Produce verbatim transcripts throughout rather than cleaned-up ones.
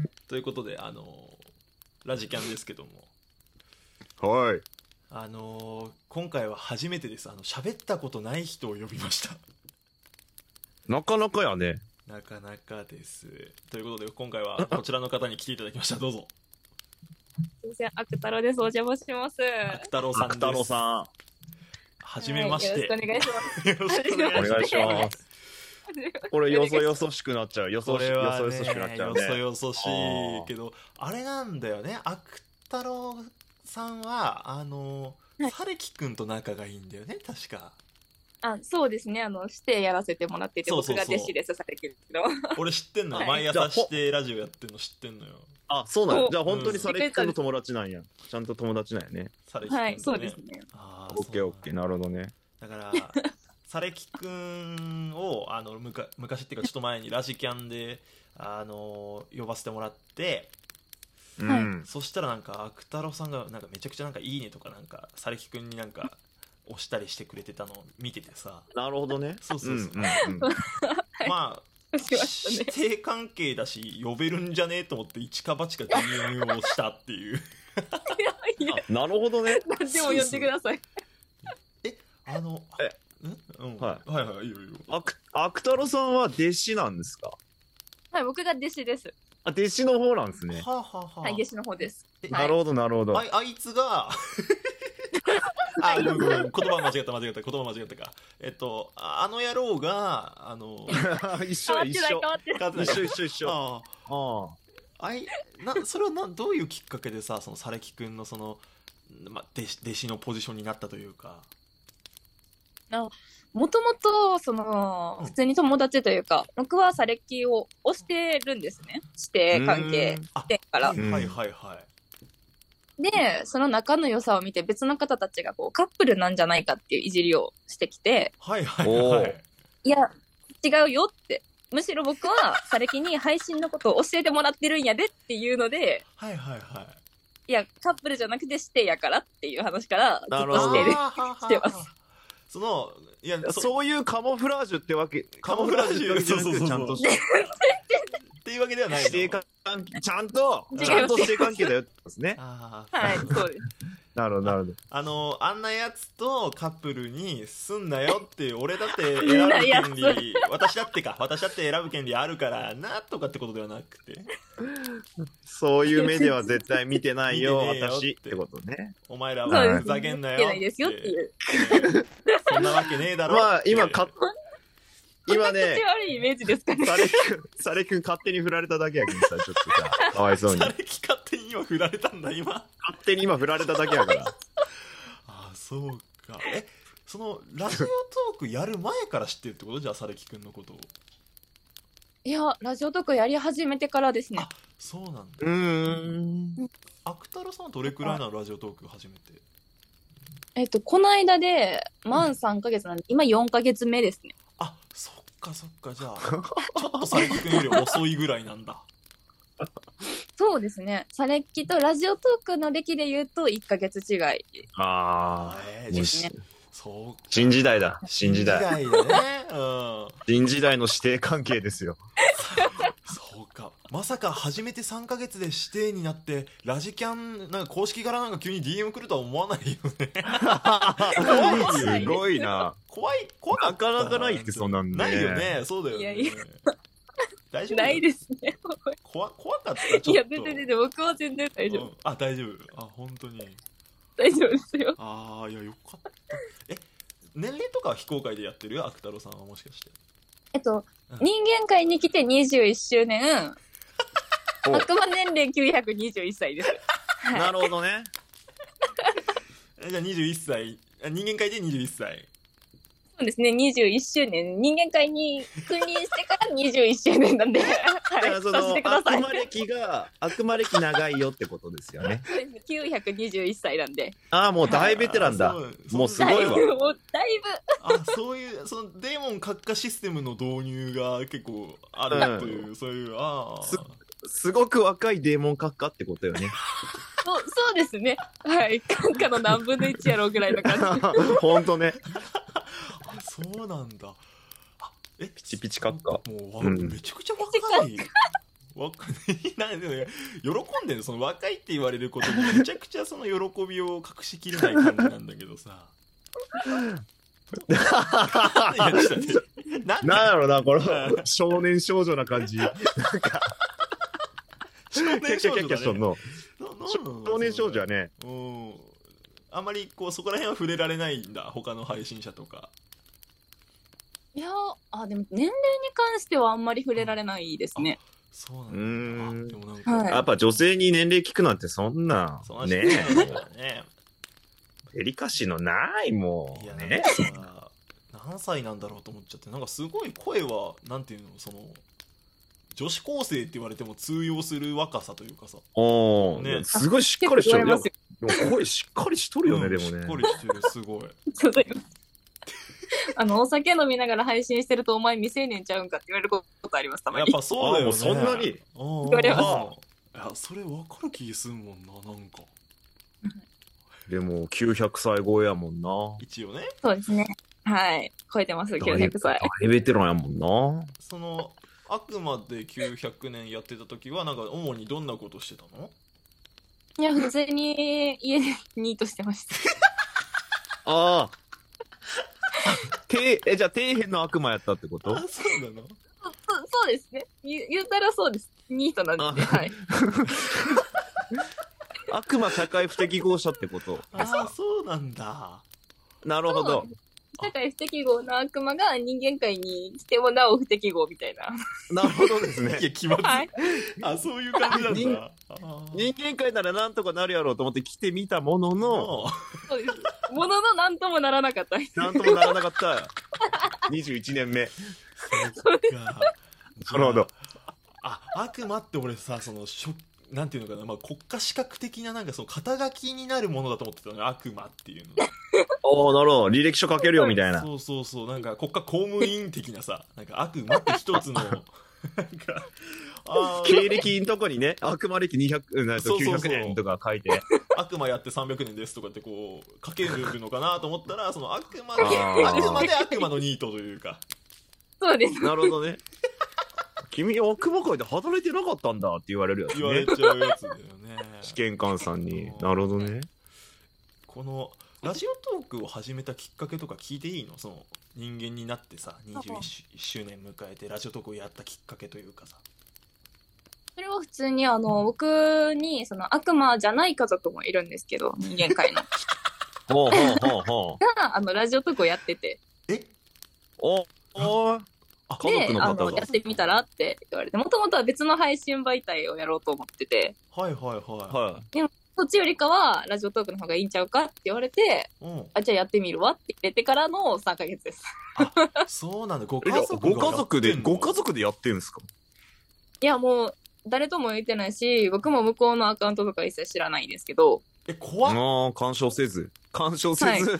ということで、あのラジキャンですけども、 はい。 あの今回は初めてです。あの喋ったことない人を呼びました。 なかなかやね。 なかなかです。ということで今回はこちらの方に来ていただきました。どうぞ。 すいません、アク太郎です。お邪魔します。 アク太郎さんです。 アク太郎さん。 はじめまして。 はい、よろしくお願いします。 よろしくお願いします。これよそよそしくなっちゃう。よそよそよそしくなっちゃうね。 よそよそしいけど、あれなんだよね。アク太郎さんはあの、はい、サレキ君と仲がいいんだよね、確か。 あ、そうですね。あの指定やらせてもらってて、僕が弟子です。サレキの。 俺知ってんの。はい、毎朝指定ラジオやってんの知ってんのよ。 あ、そうなんや。じゃあ本当にサレキ君の友達なんや。ちゃんと友達なんやね。 サレキ君、ね、 はい、そうですね。 あ、 オッケーオッケー、なるほどね。 だからサレキ君をあのむか昔っていうかちょっと前にラジキャンであの呼ばせてもらって、 うん、 そしたらなんかアク太郎さんがなんかめちゃくちゃなんかいいねとかなんかサレキ君になんか押したりしてくれてたのを見ててさ。 なるほどね。 そうそうそう。 うんうんうん、 まあ師弟関係だし呼べるんじゃねえと思って一か八か ディーエム をしたっていういやいや、 なるほどね。 何でも呼んでください。 え、あのえ、 うん、 はい、 はいはいいいよいいよ。 アクアク太郎さんは弟子なんですか？ はい、僕が弟子です。 あ、弟子の方なんですね。 はあ、はあはあ、 はい、弟子の方です。 なるほどなるほど。 あい、あいつがあ、ごめんごめん、言葉間違った間違った言葉間違ったか。えっとあの野郎があの一緒一緒一緒一緒一緒。 ああ、あいなそれはなどういうきっかけでさ、そのサレキ君のその、ま、弟子弟子のポジションになったというか。 あ、もともとその、うん、普通に友達というか、僕はサレキを推してるんですね。師弟関係してから。 はいはいはいはい。 で、その仲の良さを見て別の方たちがこうカップルなんじゃないかっていういじりをしてきて、 はいはいはい。 いや、違うよって。むしろ僕はサレキに配信のことを教えてもらってるんやでっていうので、 はいはいはい。 いや、カップルじゃなくて師弟やからっていう話からずっとしてるしてます。 そのいやそ、そういうカモフラージュってわけ、カモフラージュってわけじゃなくてちゃんとっていうわけではないの。 師弟関係、ちゃんとちゃんと師弟関係だよってですね。 あはい、そうです。 なるほどなるほど。 あのあんなやつとカップルにすんなよって俺だって選ぶ権利私だってか私だって選ぶ権利あるからなとかってことではなくて、 そういう目では絶対見てないよ私ってことね。 お前らはふざけんなよって、そんなわけねえだろ。 まあ今か今ね、 悪いイメージですかね。 サレ君、サレ君勝手に振られただけやけどさ、ちょっとさ、かわいそうに。 サレキ勝手に今振られたんだ、今。 勝手に今振られただけやから。 ああ、そうか。え、その、ラジオトークやる前から知ってるってこと？じゃあ、サレキ君のことを。 いや、ラジオトークやり始めてからですね。 あ、そうなんだ。 うーん。 アク太郎さんはどれくらいなの、ラジオトーク始めて。 えっと、この間で、満さんかげつなんで、今よんかげつめですね。 あ、そっかそっか、じゃあちょっとサレキ君より遅いぐらいなんだ。 そうですね。サレキとラジオトークの歴で言うといっかげつ違い。 ああ、 えー、ですね。そう。 新時代だ。新時代。 新時代だね。うん。 新時代の師弟関係ですよ。 そうか。まさか初めてさんかげつで師弟になってラジキャンなんか公式からなんか急に ディーエム 来るとは思わないよね。 すごいな。 怖い怖かった。 なかなかないってそんなんね。 ないよね。そうだよね。いやいや大丈夫？ ないですね。 怖怖かった。ちょっと。 いや全然全然僕は全然大丈夫。うん、 あ大丈夫。あ本当に。 大丈夫ですよ。 ああいやよかった。え年齢とかは非公開でやってるよ、アク太郎さんはもしかして。 えっと、うん、人間界に来てにじゅういっしゅうねん。悪魔年齢きゅうひゃくにじゅういっさいです。 はい、なるほどね。 じゃあにじゅういっさい、人間界でにじゅういっさい。 そうですね、にじゅういっしゅうねん、人間界に君臨してからにじゅういっしゅうねんなんで、はい、 だからその悪魔歴が悪魔歴長いよってことですよね。 きゅうひゃくにじゅういっさいなんで。 ああもう大ベテランだ。もうすごいわ。 もうだいぶ。あそういうそのデーモン閣下システムの導入が結構あるという、うん、そういうああ。 す, すごく若いデーモン閣下ってことよね。 そうそうですね。はい、閣下の何分のいちやろうぐらいの感じ。 本当ね。 そうなんだ。 えピチピチ閣下。 もう、うん、めちゃくちゃ若い。 わかんない。なんで喜んでるのその若いって言われることにめちゃくちゃその喜びを隠しきれない感じなんだけどさ。いやちょっと待ってなんなんやろな、この少年少女な感じ。なんか、 少年少女だね。 の少年少女はね。うん。あんまりこうそこら辺は触れられないんだ。他の配信者とか。 いやあでも年齢に関してはあんまり触れられないですね。 そうなんだ。でもなんか、はい、 やっぱ女性に年齢聞くなんてそんな、 そんなねえ。 デリカシーのないもん。 いやね。 何歳なんだろうと思っちゃって、なんかすごい声は、なんていうの、その、女子高生って言われても通用する若さというかさ。 おー、ね、すごいしっかりしてる。でも声しっかりしとるよね、 うん、 でもね。 しっかりしてる、すごい。 あの、お酒飲みながら配信してるとお前未成年ちゃうんかって言われることあります、たまに。 やっぱそうだよね。 そんなに言われます。 いや、それ分かる気すんもんな、なんか。 でも、きゅうひゃくさい超えやもんな。 一応ね。 そうですね。はい。超えてます、きゅうひゃくさい。 大ベテランやもんな。 その、あくまできゅうひゃくねんやってた時は、なんか主にどんなことしてたの？ いや、普通に家でニートしてました。 ああ。てえ、じゃあ、底辺の悪魔やったってこと？ あ、そうなの？ そ, そうですね言。言うたらそうです。ニートなんで。はい。 悪魔社会不適合者ってこと？ ああ、そうなんだ。 なるほど。 社会不適合な悪魔が人間界に来てもなお不適合みたいな。 なるほどですね。 いや、気まずい。はい、あ、そういう感じなんだ。人, 人間界ならなんとかなるやろうと思って来てみたものの、 そうです。もののなんともならなかった。 なんともならなかった。にじゅういちねんめ。 そうか。 なるほど。 あ、悪魔って俺さ、その、しょなんていうのかな、まあ、国家資格的ななんかその肩書きになるものだと思ってたのよ、悪魔っていうの。 おー、なるほど。履歴書書けるよみたいな。 そうそうそう、なんか国家公務員的なさ、なんか悪魔って一つの、なんか、 あ経歴のとこにね、悪魔歴にひゃく、うん、きゅうひゃくねんとか書いて。 悪魔やってさんびゃくねんですとかってこう、書けるのかなと思ったら、その悪魔で、悪魔で悪魔のニートというか。 そうです。 なるほどね。君悪魔界で働いてなかったんだって言われるやつね。 言われちゃうやつだよね。 試験官さんに。なるほどね。 このラジオトークを始めたきっかけとか聞いていいの？その人間になってさ、にじゅういっしゅうねん迎えてラジオトークをやったきっかけというかさ。 それは普通にあの、僕にその悪魔じゃない家族もいるんですけど、人間界の。 ほうほうほうほう。が、あの、ラジオトークをやってて。 えおおあで、あの、やってみたらって言われて、もともとは別の配信媒体をやろうと思ってて。 はいはいはい。 でも、そっちよりかは、ラジオトークの方がいいんちゃうかって言われて、うん、あ、じゃあやってみるわって言ってからのさんかげつです。 あ、そうなんだ。ご家族ご家族で、ご家族でやってるんですか？ いや、もう、誰とも言ってないし、僕も向こうのアカウントとか一切知らないんですけど。 え、怖っ。 ああ、干渉せず。干渉せず。はい、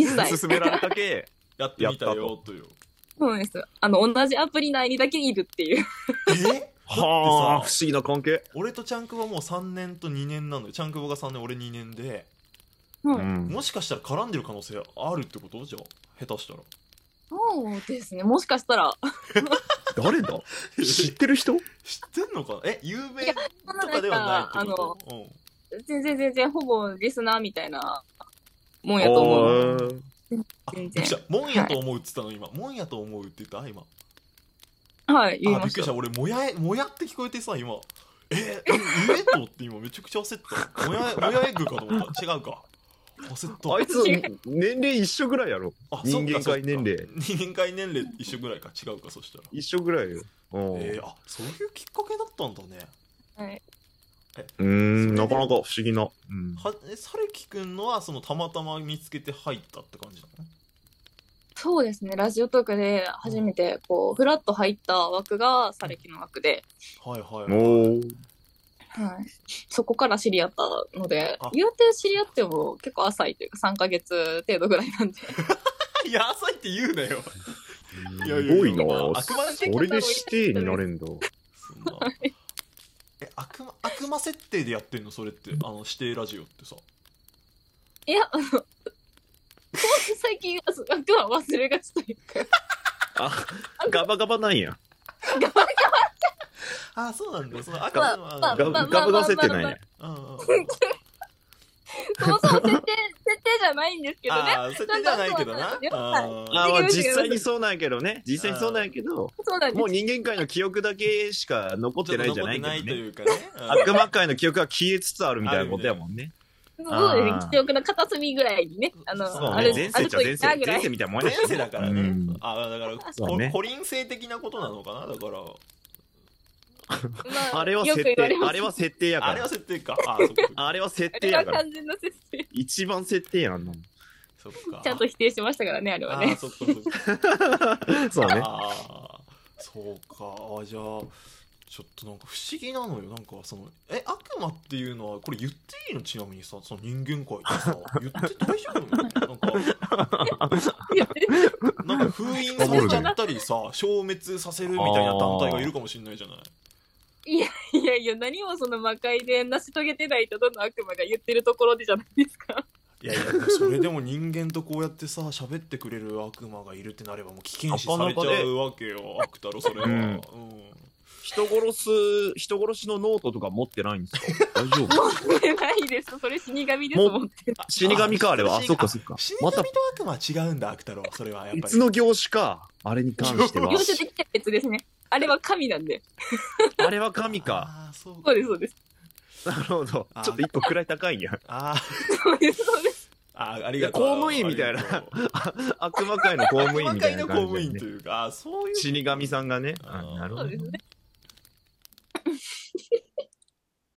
一切。 進められたけ、 やってみたよ、という。 そうです。あの、同じアプリ内にだけいるっていう。 えはあ、不思議な関係。 俺とチャンクボはもうさんねんとにねんなのよ。チャンクボがさんねん、俺にねんで。 うん。 もしかしたら絡んでる可能性あるってことじゃあ、下手したら。 そうですね。もしかしたら。 誰だ？知ってる人？ 知ってんのかな？え、有名とかではないってこと？ あの、うん、全然全然ほぼリスナーみたいなもんやと思う。 全然。もんやと思うって言ったの今。もんやと思うって言った今。 はい、言いました。 あ、びっくりした。俺、もやえ、もやって聞こえてさ、今。え、ゆえとって今めちゃくちゃ焦った。もや、もやエッグかと思った。違うか。焦った。 あいつ、年齢一緒ぐらいやろ。人間界年齢。 人間界年齢一緒ぐらいか。違うか、そしたら。 一緒ぐらいよ。 えー、あ、そういうきっかけだったんだね。 はい。 うーん、なかなか不思議な。 うん、はえ、サレキ君のはそのたまたま見つけて入ったって感じなの？ そうですね。ラジオトークで初めてこうフラッと入った枠がサレキの枠で、 はいはい、はい、 はい、そこから知り合ったので、言うて知り合っても結構浅いというかさんかげつ程度ぐらいなんで。 いや、浅いって言うなよ。 いやいや、すごいな。それで指定になれんだ。そんな。 え、悪魔、悪魔設定でやってんのそれって、あの、指定ラジオってさ。 いや、あの、最近、悪魔忘れがちというか。 あ、ガバガバなんや。 ガバガバああ、そうなんだ。その悪まあ魔まあガブまあガブが設定ないね。 うんうんそもそも設定、設定じゃないんですけどね。 ああ、設定じゃないけどな。 はいあーあまあ実際にそうなんやけどね。実際にそうなんやけど、 そうなんです。 もう人間界の記憶だけしか残ってないじゃないけどちょっと残ってないとね。 いうかね。うん悪魔界の記憶が消えつつあるみたいなことやもんね。 そうですね。記憶の片隅ぐらいにね、あの、 そうねある、 前あるとい世っちゃ前世、 ったぐらい。 前世みたいなもんや前世だからね。 うんああ、だから、 そうねコリン性的なことなのかなだから。 まあれは設定、 よく言われますあれは設定やかあれはら。 設定か。ああ、そっか。 あれは設あれは定やから。 完全な設定。 一番設定やんな。 そっか。 ちゃんと否定しましたからね、あれはああ、 ね。 そっかそっか。 そうね。 ああ、そうか。あじゃあ、ちょっとなんか不思議なのよ。なんかその、え、悪魔っていうのは、これ言っていいのちなみにさ、その人間界でさ、言って大丈夫なのなんか、なんか封印されちゃったりさ、消滅させるみたいな団体がいるかもしれないじゃない。 いやいやいや、何もその魔界で成し遂げてないとどの悪魔が言ってるところでじゃないですか。 いやいや、それでも人間とこうやってさ、喋ってくれる悪魔がいるってなればもう危険視されちゃうわけよ、悪太郎、それは。 ううんん。 人殺す、人殺しのノートとか持ってないんですか大丈夫持ってないです。それ死神です、 も持ってる。 死神かあれは。あ、そっかそっか死。 また神と悪魔は違うんだ、悪太郎。それはやっぱり。 別の業種か。あれに関しては業。種的には別ですね。あれは神なんで。 あれは神か。 ああ、そうそうです、そうです。 なるほどあ。 ちょっと一個位高いんや。 あそうです、そうです。 あ、あありがとう。 公務員みたいなありがとう悪魔界の公務員みたいな悪魔界の公務員感じだよね。 というか、あそういう。 死神さんがね。ああーなるほどそうですね。